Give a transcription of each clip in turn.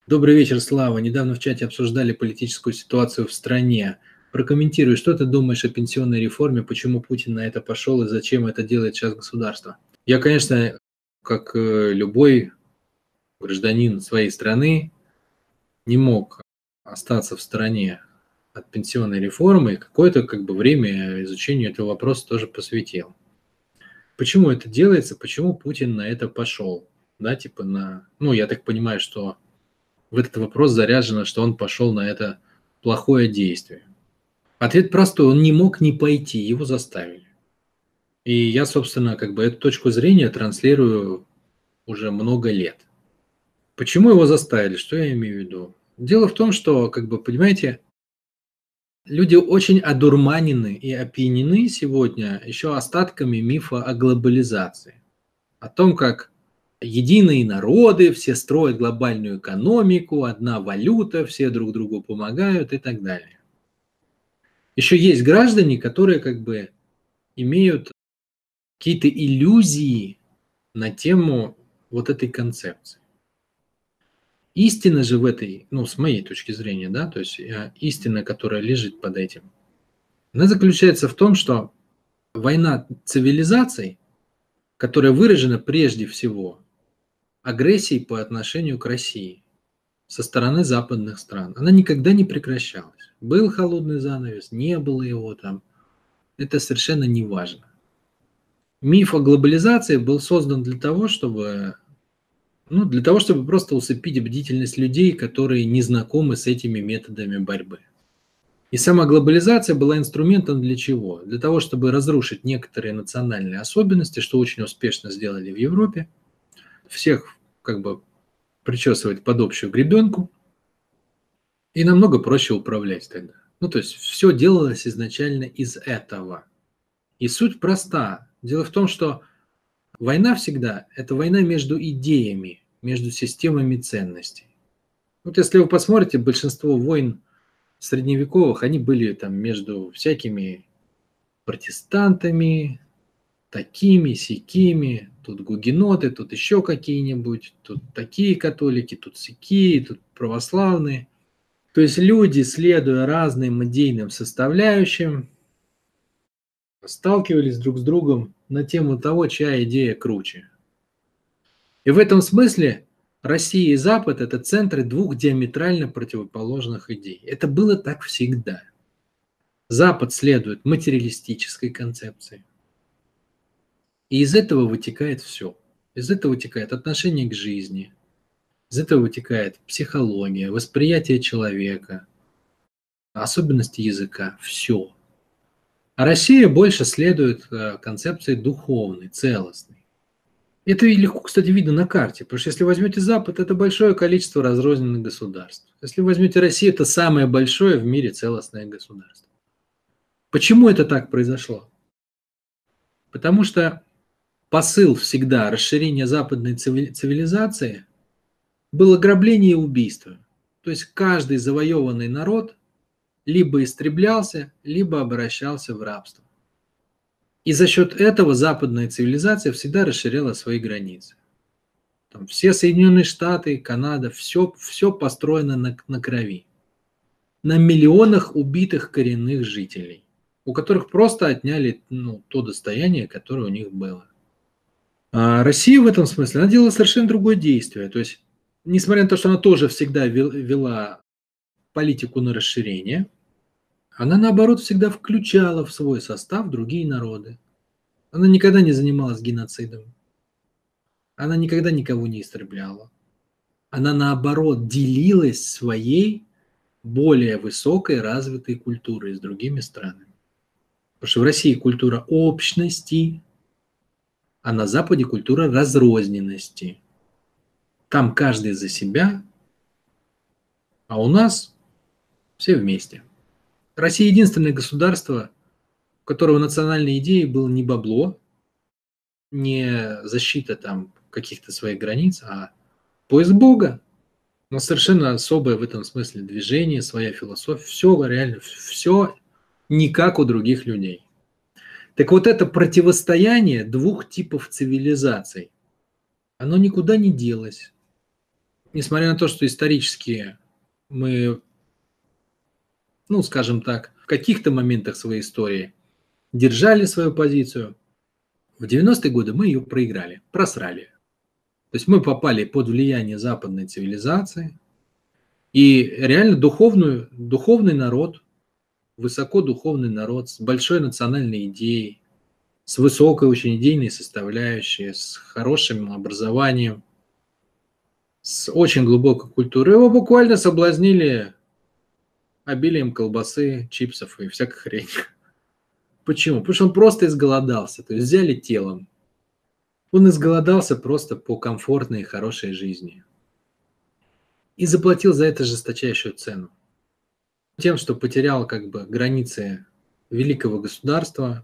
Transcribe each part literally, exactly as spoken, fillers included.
Добрый вечер, Слава. Недавно в чате обсуждали политическую ситуацию в стране. Прокомментируй, что ты думаешь о пенсионной реформе, почему Путин на это пошел и зачем это делает сейчас государство? Я, конечно, как э, любой гражданин своей страны, не мог остаться в стороне от пенсионной реформы и какое-то как бы время изучению этого вопроса тоже посвятил. Почему это делается, почему Путин на это пошел? Да, типа на... Ну, я так понимаю, что в этот вопрос заряжено, что он пошел на это плохое действие. Ответ простой, он не мог не пойти, его заставили. И я, собственно, как бы эту точку зрения транслирую уже много лет. Почему его заставили? Что я имею в виду? Дело в том, что, как бы, понимаете, люди очень одурманены и опьянены сегодня еще остатками мифа о глобализации. О том, как единые народы, все строят глобальную экономику, одна валюта, все друг другу помогают и так далее. Еще есть граждане, которые как бы имеют какие-то иллюзии на тему вот этой концепции. Истина же в этой, ну, с моей точки зрения, да, то есть э, истина, которая лежит под этим, она заключается в том, что война цивилизаций, которая выражена прежде всего агрессией по отношению к России со стороны западных стран, она никогда не прекращалась. Был холодный занавес, не было его там, это совершенно не важно. Миф о глобализации был создан для того, чтобы, ну, для того, чтобы просто усыпить бдительность людей, которые не знакомы с этими методами борьбы. И сама глобализация была инструментом для чего? Для того, чтобы разрушить некоторые национальные особенности, что очень успешно сделали в Европе, всех как бы причесывать под общую гребенку, и намного проще управлять тогда. Ну, то есть все делалось изначально из этого. И суть проста. Дело в том, что война всегда – это война между идеями, между системами ценностей. Вот если вы посмотрите, большинство войн средневековых, они были там между всякими протестантами, такими, сякими, тут гугеноты, тут еще какие-нибудь, тут такие католики, тут сякие, тут православные. То есть люди, следуя разным идейным составляющим, сталкивались друг с другом на тему того, чья идея круче. И в этом смысле Россия и Запад – это центры двух диаметрально противоположных идей. Это было так всегда. Запад следует материалистической концепции. И из этого вытекает все. Из этого вытекает отношение к жизни. Из этого вытекает психология, восприятие человека, особенности языка. Все. А Россия больше следует концепции духовной, целостной. Это легко, кстати, видно на карте, потому что если возьмете Запад, это большое количество разрозненных государств. Если возьмете Россию, это самое большое в мире целостное государство. Почему это так произошло? Потому что посыл всегда расширения западной цивилизации был ограбление и убийство. То есть каждый завоеванный народ либо истреблялся, либо обращался в рабство. И за счет этого западная цивилизация всегда расширяла свои границы. Там все Соединенные Штаты, Канада, все, все построено на, на крови. На миллионах убитых коренных жителей, у которых просто отняли, ну, то достояние, которое у них было. А Россия в этом смысле, она делала совершенно другое действие. То есть, несмотря на то, что она тоже всегда вела политику на расширение, она, наоборот, всегда включала в свой состав другие народы. Она никогда не занималась геноцидом. Она никогда никого не истребляла. Она, наоборот, делилась своей более высокой развитой культурой с другими странами. Потому что в России культура общности, а на Западе культура разрозненности. Там каждый за себя, а у нас все вместе. Россия единственное государство, у которого национальной идеей было не бабло, не защита там каких-то своих границ, а поиск Бога. Но совершенно особое в этом смысле движение, своя философия, все реально, все не как у других людей. Так вот это противостояние двух типов цивилизаций, оно никуда не делось. несмотря на то, что исторически мы, ну, скажем так, в каких-то моментах своей истории держали свою позицию, в девяностые годы мы ее проиграли, просрали. То есть мы попали под влияние западной цивилизации, и реально духовную, духовный народ, высокодуховный народ с большой национальной идеей, с высокой очень идейной составляющей, с хорошим образованием, с очень глубокой культурой. Его буквально соблазнили обилием колбасы, чипсов и всякой хрени. Почему? Потому что он просто изголодался, то есть взяли телом. Он изголодался просто по комфортной и хорошей жизни. И заплатил за это жесточайшую цену. Тем, что потерял как бы границы великого государства,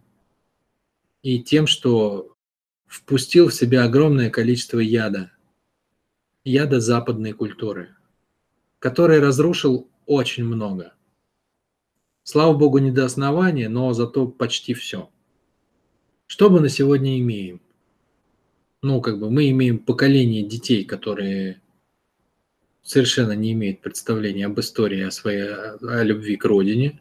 и тем, что впустил в себя огромное количество яда, яда западной культуры, который разрушил очень много. Слава богу, не до основания, но зато почти все. Что мы на сегодня имеем? Ну, как бы мы имеем поколение детей, которые совершенно не имеют представления об истории, о своей, о любви к родине,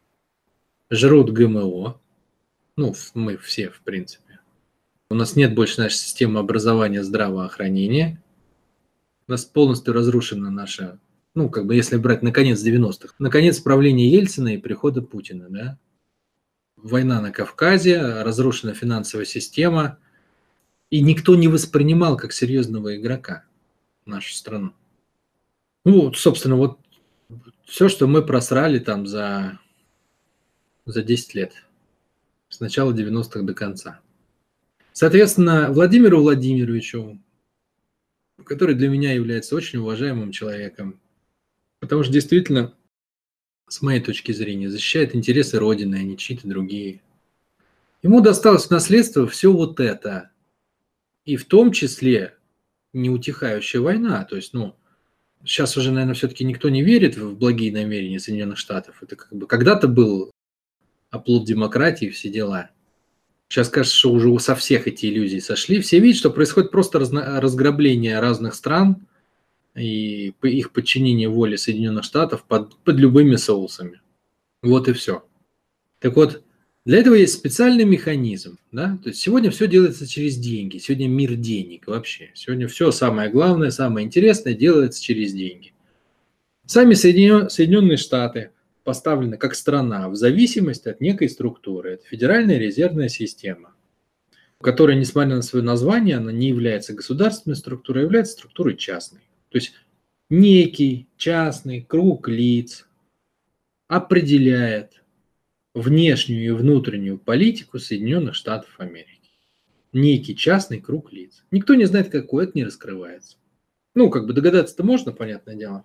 жрут ГМО, ну, мы все, в принципе. У нас нет больше нашей системы образования, здравоохранения. У нас полностью разрушена наша, ну, как бы, если брать на конец девяностых, на конец правления Ельцина и прихода Путина, да. Война на Кавказе, разрушена финансовая система, и никто не воспринимал как серьезного игрока нашу страну. Ну, собственно, вот все, что мы просрали там за, за десять лет, с начала девяностых до конца. Соответственно, Владимиру Владимировичу, который для меня является очень уважаемым человеком, потому что действительно, с моей точки зрения, защищает интересы Родины, а не чьи-то другие. Ему досталось в наследство все вот это, и в том числе неутихающая война. То есть, ну, сейчас уже, наверное, все-таки никто не верит в благие намерения Соединенных Штатов. Это как бы когда-то был оплот демократии, все дела. Сейчас кажется, что уже со всех эти иллюзий сошли. Все видят, что происходит просто разно- разграбление разных стран и их подчинение воле Соединенных Штатов под, под любыми соусами. Вот и все. Так вот, для этого есть специальный механизм. Да? То есть сегодня все делается через деньги. Сегодня мир денег вообще. Сегодня все самое главное, самое интересное делается через деньги. Сами Соединен... Соединенные Штаты поставлены как страна в зависимости от некой структуры. Это Федеральная резервная система, которая, несмотря на свое название, она не является государственной структурой, а является структурой частной. То есть некий частный круг лиц определяет внешнюю и внутреннюю политику Соединенных Штатов Америки. Некий частный круг лиц. Никто не знает, какой, это не раскрывается. Ну, как бы догадаться-то можно, понятное дело.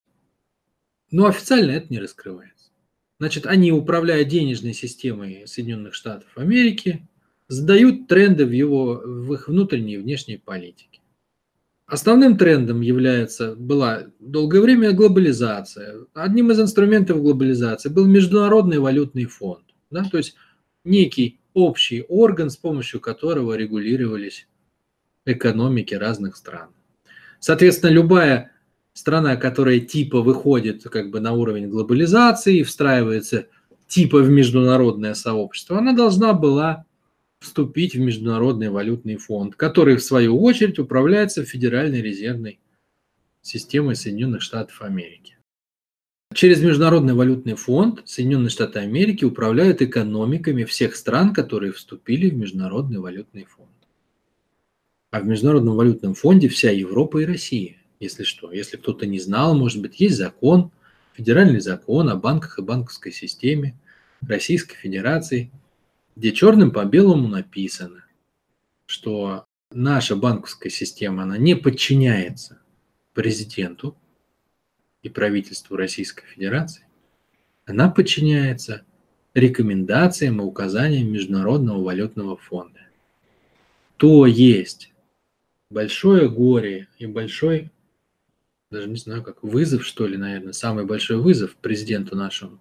Но официально это не раскрывается. Значит, они, управляя денежной системой Соединенных Штатов Америки, задают тренды в, его, в их внутренней и внешней политике. Основным трендом является, была долгое время глобализация. Одним из инструментов глобализации был Международный валютный фонд. Да, то есть некий общий орган, с помощью которого регулировались экономики разных стран. Соответственно, любая страна, которая типа выходит как бы на уровень глобализации и встраивается типа в международное сообщество, она должна была вступить в Международный валютный фонд, который в свою очередь управляется Федеральной резервной системой Соединенных Штатов Америки. Через Международный валютный фонд Соединенные Штаты Америки управляют экономиками всех стран, которые вступили в Международный валютный фонд. А в Международном валютном фонде вся Европа и Россия. Если что, если кто-то не знал, может быть, есть закон, федеральный закон о банках и банковской системе Российской Федерации, где черным по белому написано, что наша банковская система, она не подчиняется президенту и правительству Российской Федерации, она подчиняется рекомендациям и указаниям Международного валютного фонда. То есть большое горе и большой, даже не знаю как, вызов, что ли, наверное, самый большой вызов президенту нашему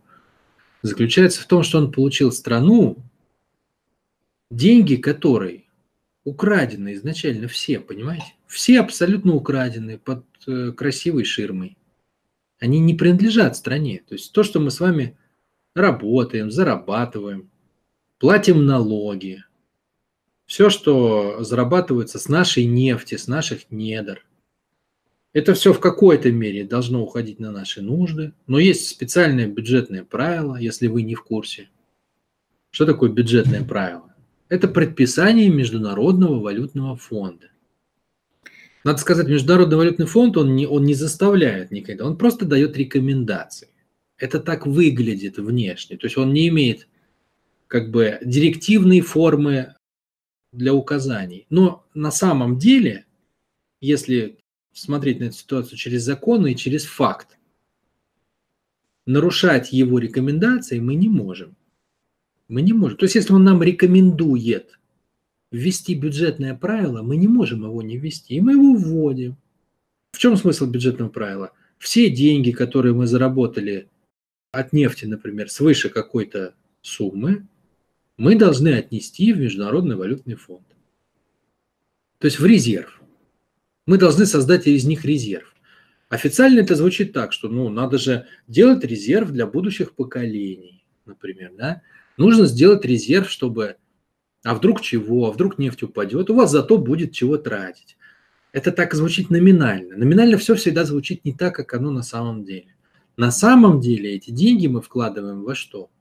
заключается в том, что он получил страну, деньги которой украдены изначально все, понимаете? Все абсолютно украдены под э, красивой ширмой. Они не принадлежат стране. То есть то, что мы с вами работаем, зарабатываем, платим налоги, все, что зарабатывается с нашей нефти, с наших недр, это все в какой-то мере должно уходить на наши нужды. Но есть специальное бюджетное правило, если вы не в курсе. Что такое бюджетное правило? Это предписание Международного валютного фонда. Надо сказать, Международный валютный фонд, он не, он не заставляет никогда, он просто дает рекомендации. Это так выглядит внешне. То есть он не имеет как бы директивной формы для указаний. Но на самом деле, если смотреть на эту ситуацию через законы и через факт, нарушать его рекомендации мы не можем. Мы не можем. То есть если он нам рекомендует ввести бюджетное правило, мы не можем его не ввести, и мы его вводим. В чем смысл бюджетного правила? Все деньги, которые мы заработали от нефти, например, свыше какой-то суммы, мы должны отнести в Международный валютный фонд. То есть в резерв. Мы должны создать из них резерв. Официально это звучит так, что ну, надо же делать резерв для будущих поколений, например. Да? Нужно сделать резерв, чтобы... А вдруг чего? А вдруг нефть упадет? У вас зато будет чего тратить. Это так звучит номинально. Номинально все всегда звучит не так, как оно на самом деле. На самом деле эти деньги мы вкладываем во что?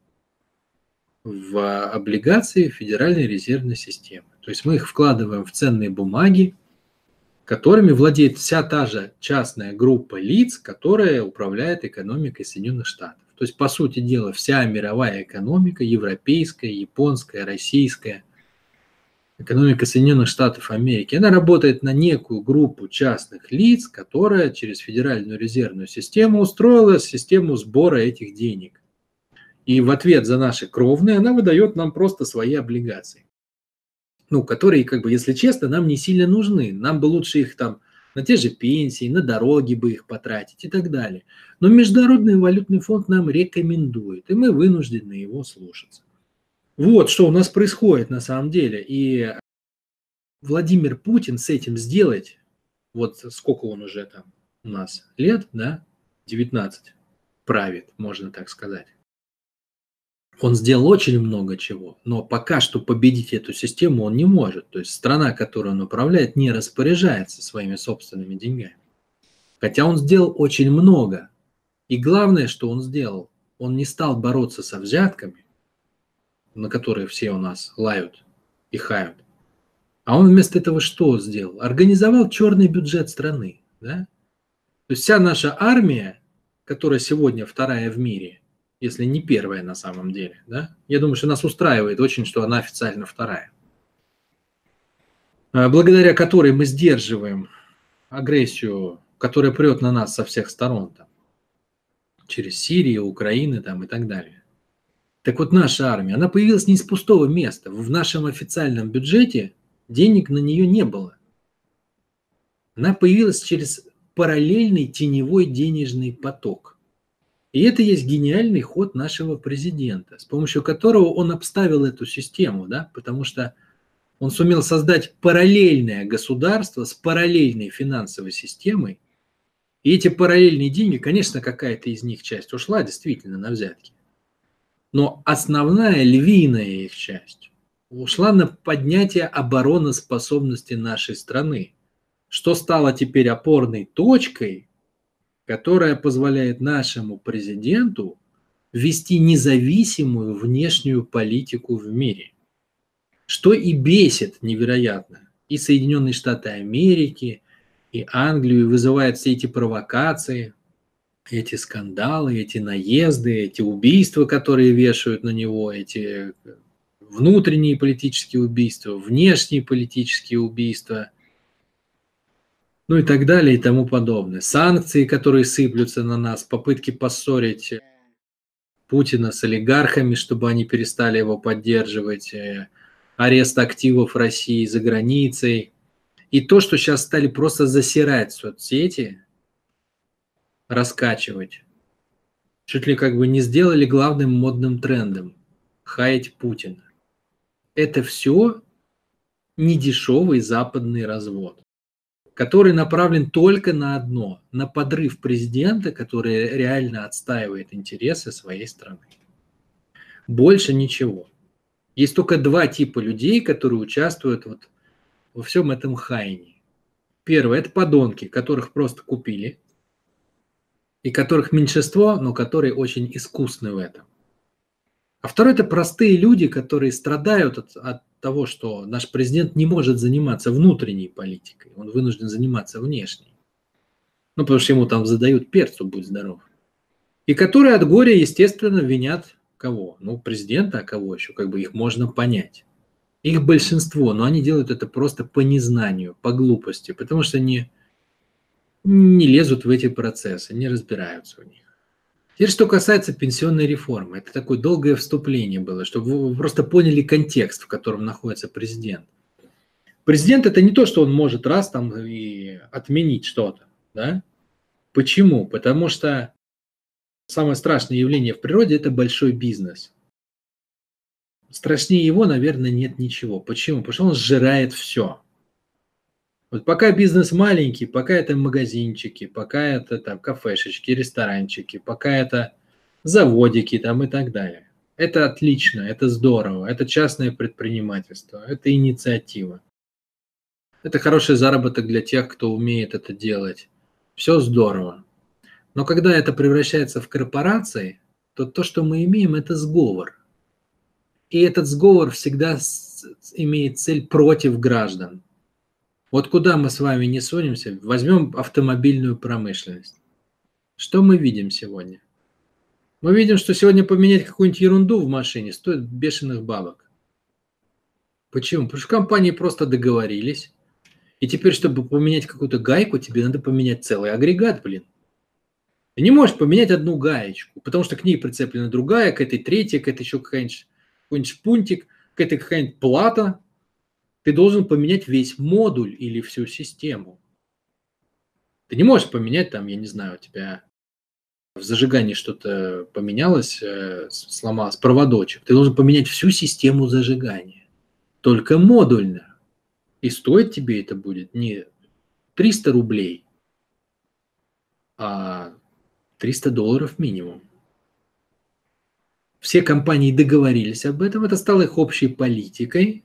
В облигации Федеральной резервной системы. То есть мы их вкладываем в ценные бумаги, которыми владеет вся та же частная группа лиц, которая управляет экономикой Соединенных Штатов. То есть, по сути дела, вся мировая экономика, европейская, японская, российская, экономика Соединенных Штатов Америки, она работает на некую группу частных лиц, которая через Федеральную резервную систему устроила систему сбора этих денег. И в ответ за наши кровные она выдает нам просто свои облигации. Ну, которые, как бы, если честно, нам не сильно нужны. Нам бы лучше их там на те же пенсии, на дороги бы их потратить и так далее. Но Международный валютный фонд нам рекомендует, и мы вынуждены его слушаться. Вот что у нас происходит на самом деле. И Владимир Путин с этим сделать, вот сколько он уже там у нас лет, да, девятнадцать правит, можно так сказать. Он сделал очень много чего, но пока что победить эту систему он не может. То есть страна, которую он управляет, не распоряжается своими собственными деньгами. Хотя он сделал очень много. И главное, что он сделал, он не стал бороться со взятками, на которые все у нас лают и хают. А он вместо этого что сделал? Организовал черный бюджет страны. Да? То есть вся наша армия, которая сегодня вторая в мире, если не первая на самом деле, да? Я думаю, что нас устраивает очень, что она официально вторая, благодаря которой мы сдерживаем агрессию, которая прет на нас со всех сторон, там, через Сирию, Украину там, и так далее. Так вот, наша армия, она появилась не из пустого места. В нашем официальном бюджете денег на нее не было. Она появилась через параллельный теневой денежный поток. И это есть гениальный ход нашего президента, с помощью которого он обставил эту систему, да, потому что он сумел создать параллельное государство с параллельной финансовой системой. И эти параллельные деньги, конечно, какая-то из них часть ушла действительно на взятки. Но основная, львиная их часть ушла на поднятие обороноспособности нашей страны, что стало теперь опорной точкой, которая позволяет нашему президенту вести независимую внешнюю политику в мире. Что и бесит невероятно и Соединенные Штаты Америки, и Англию, и вызывает все эти провокации, эти скандалы, эти наезды, эти убийства, которые вешают на него, эти внутренние политические убийства, внешние политические убийства, ну и так далее и тому подобное. Санкции, которые сыплются на нас, попытки поссорить Путина с олигархами, чтобы они перестали его поддерживать, арест активов России за границей. И то, что сейчас стали просто засирать соцсети, раскачивать, чуть ли как бы не сделали главным модным трендом – хаять Путина. Это все недешевый западный развод, который направлен только на одно, на подрыв президента, который реально отстаивает интересы своей страны. Больше ничего. Есть только два типа людей, которые участвуют вот во всем этом хаянии. Первое – это подонки, которых просто купили, и которых меньшинство, но которые очень искусны в этом. А второе – это простые люди, которые страдают от, от того, что наш президент не может заниматься внутренней политикой, он вынужден заниматься внешней. Ну, потому что ему там задают перцу, будь здоров. И которые от горя, естественно, винят кого? Ну, президента, а кого еще? Как бы их можно понять. Их большинство, но они делают это просто по незнанию, по глупости, потому что они не лезут в эти процессы, не разбираются в них. Теперь, что касается пенсионной реформы, это такое долгое вступление было, чтобы вы просто поняли контекст, в котором находится президент. Президент – это не то, что он может раз там и отменить что-то, да? Почему? Потому что самое страшное явление в природе – это большой бизнес. Страшнее его, наверное, нет ничего. Почему? Потому что он сжирает все. Вот пока бизнес маленький, пока это магазинчики, пока это там кафешечки, ресторанчики, пока это заводики там и так далее. Это отлично, это здорово, это частное предпринимательство, это инициатива. Это хороший заработок для тех, кто умеет это делать. Все здорово. Но когда это превращается в корпорации, то то, что мы имеем, это сговор. И этот сговор всегда имеет цель против граждан. Вот куда мы с вами не сунемся, возьмем автомобильную промышленность. Что мы видим сегодня? Мы видим, что сегодня поменять какую-нибудь ерунду в машине стоит бешеных бабок. Почему? Потому что компании просто договорились. И теперь, чтобы поменять какую-то гайку, тебе надо поменять целый агрегат, блин. Ты не можешь поменять одну гаечку, потому что к ней прицеплена другая, к этой третья, к этой еще какая-нибудь, какой-нибудь шпунтик, к этой какая-нибудь плата. Ты должен поменять весь модуль или всю систему. Ты не можешь поменять там, я не знаю, у тебя в зажигании что-то поменялось, сломалось, проводочек. Ты должен поменять всю систему зажигания. Только модульно. И стоить тебе это будет не триста рублей, а триста долларов минимум. Все компании договорились об этом, это стало их общей политикой.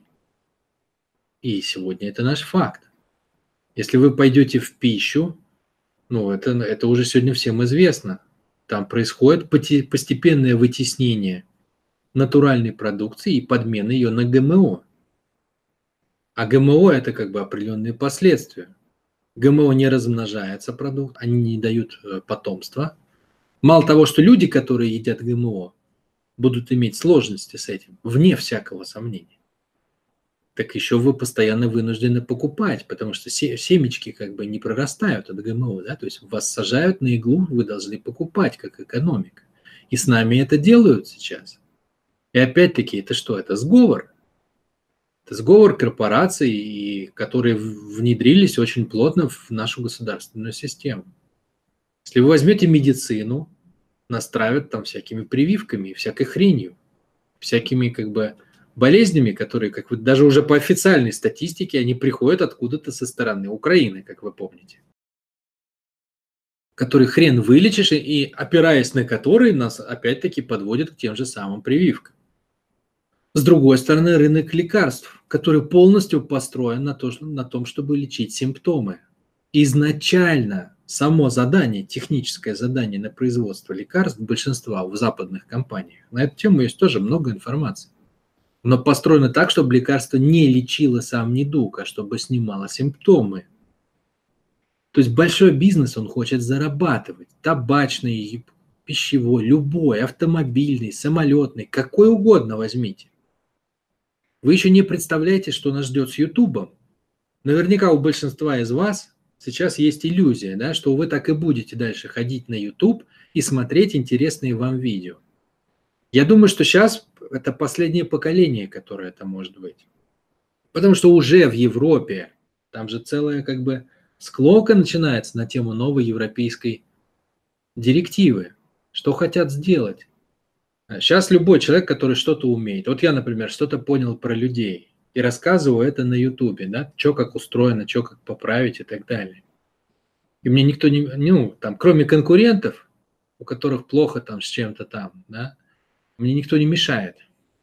И сегодня это наш факт. Если вы пойдете в пищу, ну это, это уже сегодня всем известно. Там происходит постепенное вытеснение натуральной продукции и подмена ее на ГМО. А ГМО – это как бы определенные последствия. ГМО не размножается продукт, они не дают потомства. Мало того, что люди, которые едят ГМО, будут иметь сложности с этим, вне всякого сомнения, так еще вы постоянно вынуждены покупать, потому что семечки как бы не прорастают от ГМО, да, то есть вас сажают на иглу, вы должны покупать как экономика. И с нами это делают сейчас. И опять-таки, это что? Это сговор. Это сговор корпораций, которые внедрились очень плотно в нашу государственную систему. Если вы возьмете медицину, настраивают там всякими прививками, всякой хренью, всякими как бы болезнями, которые, как вы, даже уже по официальной статистике, они приходят откуда-то со стороны Украины, как вы помните. Который хрен вылечишь, и опираясь на который нас опять-таки подводят к тем же самым прививкам. С другой стороны, рынок лекарств, который полностью построен на, то, на том, чтобы лечить симптомы. Изначально само задание, техническое задание на производство лекарств большинства в западных компаниях, на эту тему есть тоже много информации. Но построено так, чтобы лекарство не лечило сам недуг, а чтобы снимало симптомы. То есть большой бизнес, он хочет зарабатывать. Табачный, пищевой, любой, автомобильный, самолетный, какой угодно возьмите. Вы еще не представляете, что нас ждет с Ютубом. Наверняка у большинства из вас сейчас есть иллюзия, да, что вы так и будете дальше ходить на YouTube и смотреть интересные вам видео. Я думаю, что сейчас это последнее поколение, которое это может быть. Потому что уже в Европе, там же целая как бы склока начинается на тему новой европейской директивы. Что хотят сделать? Сейчас любой человек, который что-то умеет. Вот я, например, что-то понял про людей. и рассказываю это на ютубе, да, что как устроено, что как поправить и так далее. И мне никто не, ну, там, кроме конкурентов, у которых плохо там с чем-то там, да, мне никто не мешает.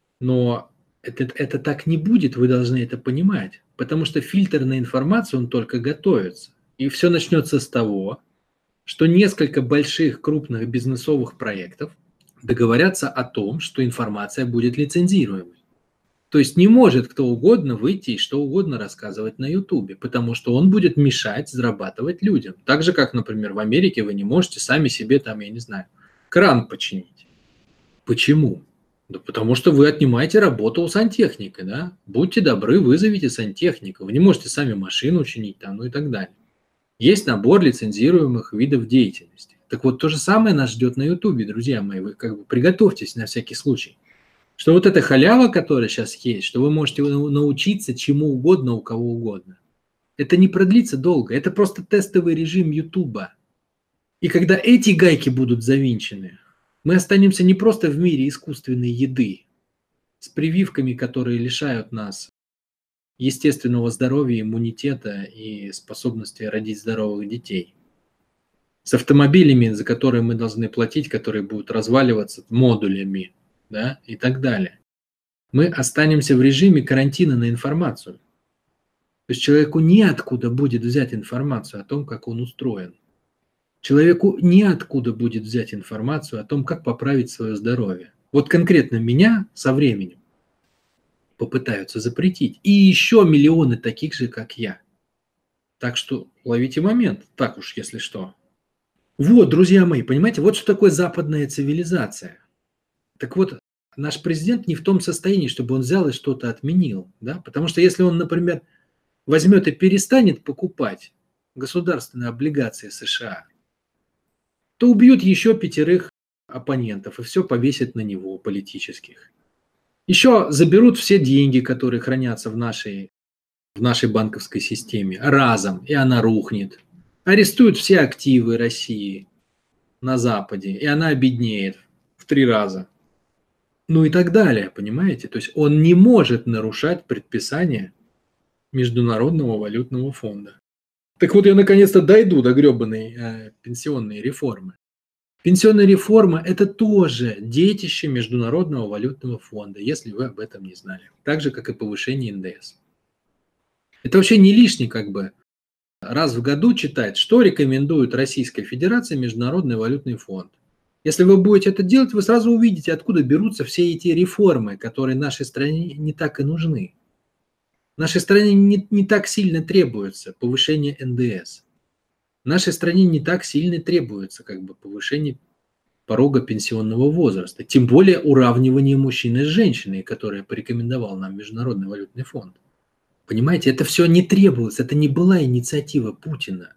Но это, это так не будет, вы должны это понимать, потому что фильтр на информацию, он только готовится. И все начнется с того, что несколько больших крупных бизнесовых проектов договорятся о том, что информация будет лицензируемой. То есть не может кто угодно выйти и что угодно рассказывать на ютубе, потому что он будет мешать зарабатывать людям. Так же, как, например, в Америке вы не можете сами себе там, я не знаю, кран починить. Почему? Да потому что вы отнимаете работу у сантехника, да? Будьте добры, вызовите сантехника. Вы не можете сами машину чинить там, ну и так далее. Есть набор лицензируемых видов деятельности. Так вот, то же самое нас ждет на ютубе, друзья мои. Вы как бы приготовьтесь на всякий случай. Что вот эта халява, которая сейчас есть, что вы можете научиться чему угодно у кого угодно. Это не продлится долго. Это просто тестовый режим ютуба. И когда эти гайки будут завинчены, мы останемся не просто в мире искусственной еды, с прививками, которые лишают нас естественного здоровья, иммунитета и способности родить здоровых детей. С автомобилями, за которые мы должны платить, которые будут разваливаться модулями, да, и так далее. Мы останемся в режиме карантина на информацию. То есть человеку неоткуда будет взять информацию о том, как он устроен. Человеку неоткуда будет взять информацию о том, как поправить свое здоровье. Вот конкретно меня со временем попытаются запретить. И еще миллионы таких же, как я. Так что ловите момент, так уж, если что. Вот, друзья мои, понимаете, вот что такое западная цивилизация. Так вот, наш президент не в том состоянии, чтобы он взял и что-то отменил. Да? Потому что если он, например, возьмет и перестанет покупать государственные облигации США, то убьют еще пятерых оппонентов и все повесят на него политических. Еще заберут все деньги, которые хранятся в нашей, в нашей банковской системе, разом, и она рухнет. Арестуют все активы России на Западе, и она обеднеет в три раза. Ну и так далее, понимаете? То есть он не может нарушать предписания Международного валютного фонда. Так вот, я наконец-то дойду до гребаной э, пенсионной реформы. Пенсионная реформа – это тоже детище Международного валютного фонда, если вы об этом не знали. Так же, как и повышение эн дэ эс. Это вообще не лишний как бы раз в году читать, что рекомендует Российская Федерация Международный валютный фонд. Если вы будете это делать, вы сразу увидите, откуда берутся все эти реформы, которые нашей стране не так и нужны. Нашей стране не, не так сильно требуется повышение эн дэ эс. Нашей стране не так сильно требуется как бы повышение порога пенсионного возраста, тем более уравнивание мужчины с женщиной, которое порекомендовал нам Международный валютный фонд. Понимаете, это все не требовалось, это не была инициатива Путина.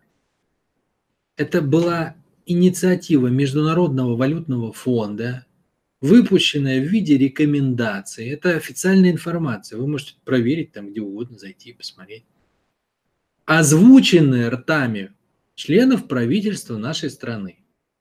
Это была инициатива Международного валютного фонда, выпущенная в виде рекомендаций. Это официальная информация, вы можете проверить там где угодно, зайти и посмотреть. Озвученная ртами членов правительства нашей страны.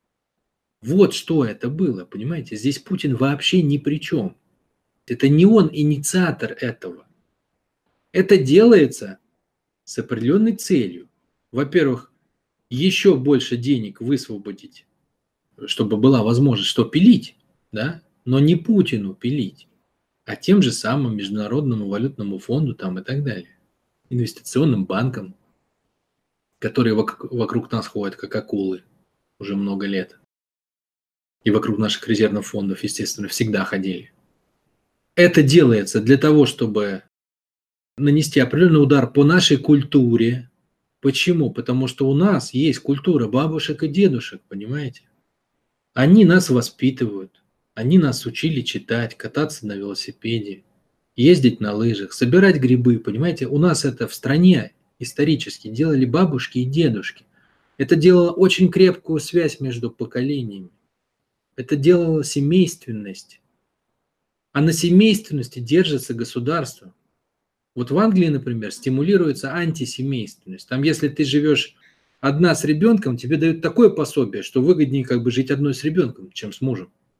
Вот что это было, понимаете? Здесь Путин вообще ни при чем. Это не он инициатор этого. Это делается с определенной целью. Во-первых, еще больше денег высвободить, чтобы была возможность что пилить, да? Но не Путину пилить, а тем же самым Международному валютному фонду там и так далее. Инвестиционным банкам, которые вокруг, вокруг нас ходят как акулы уже много лет. И вокруг наших резервных фондов, естественно, всегда ходили. Это делается для того, чтобы нанести определенный удар по нашей культуре. Почему? Потому что у нас есть культура бабушек и дедушек, понимаете? Они нас воспитывают, они нас учили читать, кататься на велосипеде, ездить на лыжах, собирать грибы, понимаете? У нас это в стране исторически делали бабушки и дедушки. Это делало очень крепкую связь между поколениями. Это делало семейственность. А на семейственности держится государство. Вот в Англии, например, стимулируется антисемейственность. Там, если ты живешь одна с ребенком, тебе дают такое пособие, что выгоднее как бы жить одной с ребенком, чем с мужем.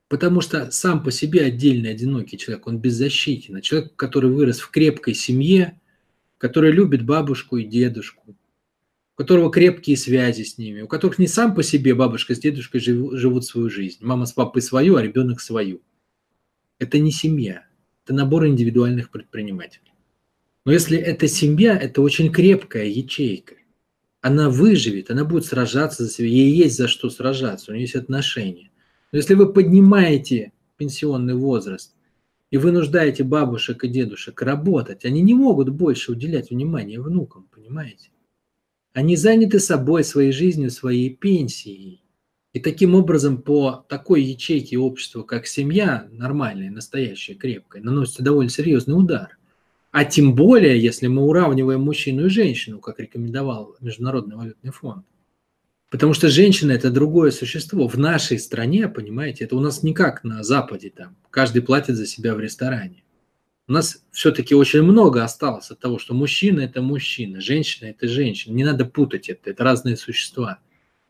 Потому что сам по себе отдельный одинокий человек, он беззащитен. А человек, который вырос в крепкой семье, который любит бабушку и дедушку, у которого крепкие связи с ними, у которых не сам по себе бабушка с дедушкой живу- живут свою жизнь, мама с папой свою, а ребенок свою. Это не семья, это набор индивидуальных предпринимателей. Но если это семья, это очень крепкая ячейка. Она выживет, она будет сражаться за себя, ей есть за что сражаться, у нее есть отношения. Но если вы поднимаете пенсионный возраст и вынуждаете бабушек и дедушек работать, они не могут больше уделять внимание внукам, понимаете? Они заняты собой, своей жизнью, своей пенсией. И таким образом по такой ячейке общества, как семья, нормальная, настоящая, крепкая, наносится довольно серьезный удар. А тем более, если мы уравниваем мужчину и женщину, как рекомендовал Международный валютный фонд. Потому что женщина – это другое существо. В нашей стране, понимаете, это у нас не как на Западе, там, каждый платит за себя в ресторане. У нас все-таки очень много осталось от того, что мужчина – это мужчина, женщина – это женщина. Не надо путать это, это разные существа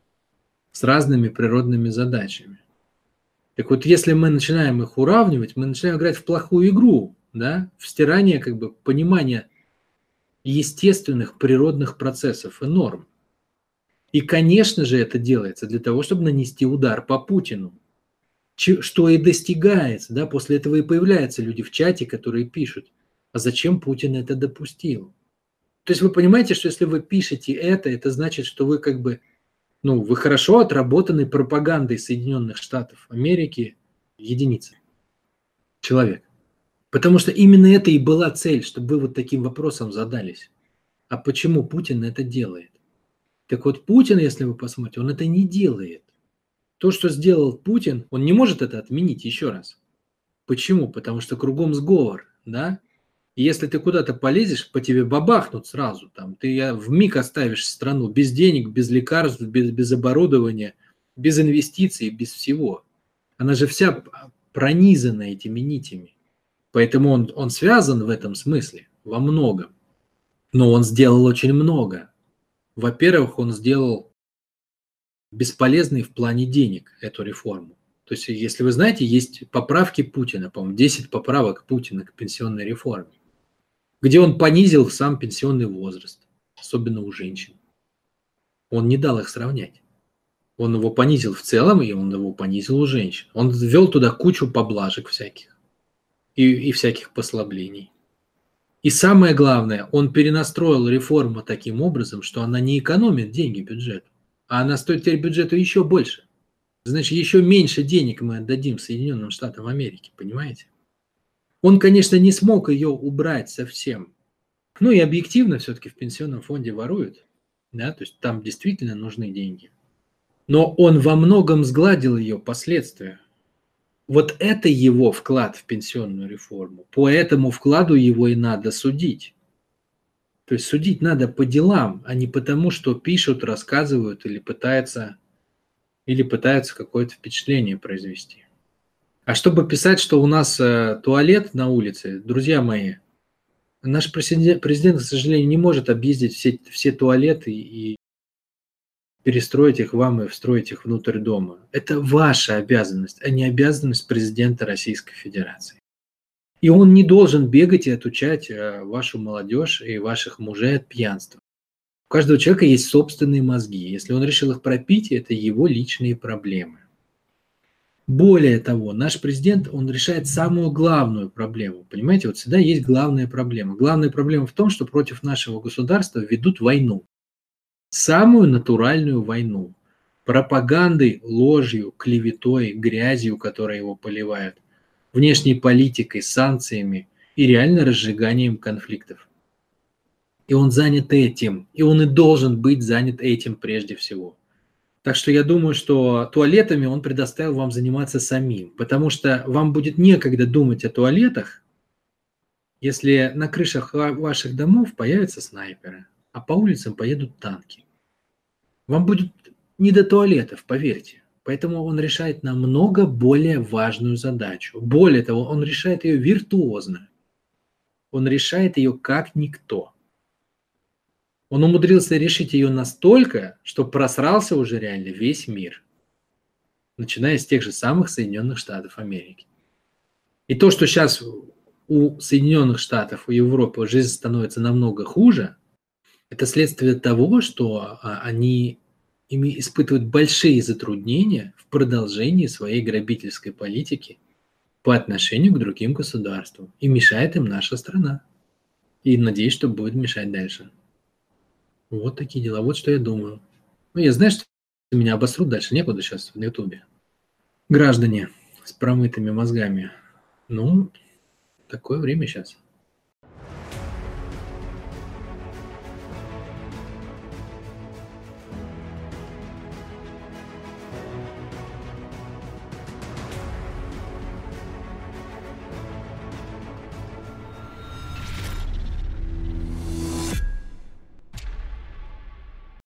с разными природными задачами. Так вот, если мы начинаем их уравнивать, мы начинаем играть в плохую игру, да, в стирание как бы понимания естественных природных процессов и норм. И, конечно же, это делается для того, чтобы нанести удар по Путину, что и достигается. Да? После этого и появляются люди в чате, которые пишут, а зачем Путин это допустил? То есть вы понимаете, что если вы пишете это, это значит, что вы как бы, ну, вы хорошо отработанной пропагандой Соединенных Штатов Америки единица, человек. Потому что именно это и была цель, чтобы вы вот таким вопросом задались. А почему Путин это делает? Так вот, Путин, если вы посмотрите, он это не делает. То, что сделал Путин, он не может это отменить еще раз. Почему? Потому что кругом сговор, да? И если ты куда-то полезешь, по тебе бабахнут сразу. Там, ты вмиг оставишь страну без денег, без лекарств, без, без оборудования, без инвестиций, без всего. Она же вся пронизана этими нитями. Поэтому он, он связан в этом смысле во многом. Но он сделал очень много. Во-первых, он сделал бесполезной в плане денег эту реформу. То есть, если вы знаете, есть поправки Путина, по-моему, десять поправок Путина к пенсионной реформе, где он понизил сам пенсионный возраст, особенно у женщин. Он не дал их сравнять. Он его понизил в целом, и он его понизил у женщин. Он ввел туда кучу поблажек всяких и, и всяких послаблений. И самое главное, он перенастроил реформу таким образом, что она не экономит деньги бюджету, а она стоит теперь бюджету еще больше. Значит, еще меньше денег мы отдадим Соединенным Штатам Америки, понимаете? Он, конечно, не смог ее убрать совсем. Ну и объективно все-таки в пенсионном фонде воруют, да, то есть там действительно нужны деньги. Но он во многом сгладил ее последствия. Вот это его вклад в пенсионную реформу. По этому вкладу его и надо судить. То есть судить надо по делам, а не потому, что пишут, рассказывают или пытаются, или пытаются какое-то впечатление произвести. А чтобы писать, что у нас э, туалет на улице, друзья мои, наш президент, президент, к сожалению, не может объездить все, все туалеты и перестроить их вам и встроить их внутрь дома. Это ваша обязанность, а не обязанность президента Российской Федерации. И он не должен бегать и отучать вашу молодежь и ваших мужей от пьянства. У каждого человека есть собственные мозги. Если он решил их пропить, это его личные проблемы. Более того, наш президент, он решает самую главную проблему. Понимаете, вот всегда есть главная проблема. Главная проблема в том, что против нашего государства ведут войну. Самую натуральную войну. Пропагандой, ложью, клеветой, грязью, которой его поливают, внешней политикой, санкциями и реально разжиганием конфликтов. И он занят этим, и он и должен быть занят этим прежде всего. Так что я думаю, что туалетами он предоставил вам заниматься самим, потому что вам будет некогда думать о туалетах, если на крышах ваших домов появятся снайперы, а по улицам поедут танки. Вам будет не до туалетов, поверьте. Поэтому он решает намного более важную задачу. Более того, он решает ее виртуозно. Он решает ее как никто. Он умудрился решить ее настолько, что просрался уже реально весь мир. начиная с тех же самых Соединенных Штатов Америки. И то, что сейчас у Соединенных Штатов, у Европы жизнь становится намного хуже, это следствие того, что а, они ими испытывают большие затруднения в продолжении своей грабительской политики по отношению к другим государствам. И мешает им наша страна. И надеюсь, что будет мешать дальше. Вот такие дела. Вот что я думаю. Ну, я знаю, что меня обосрут дальше некуда сейчас на Ютубе. Граждане с промытыми мозгами. Ну, такое время сейчас.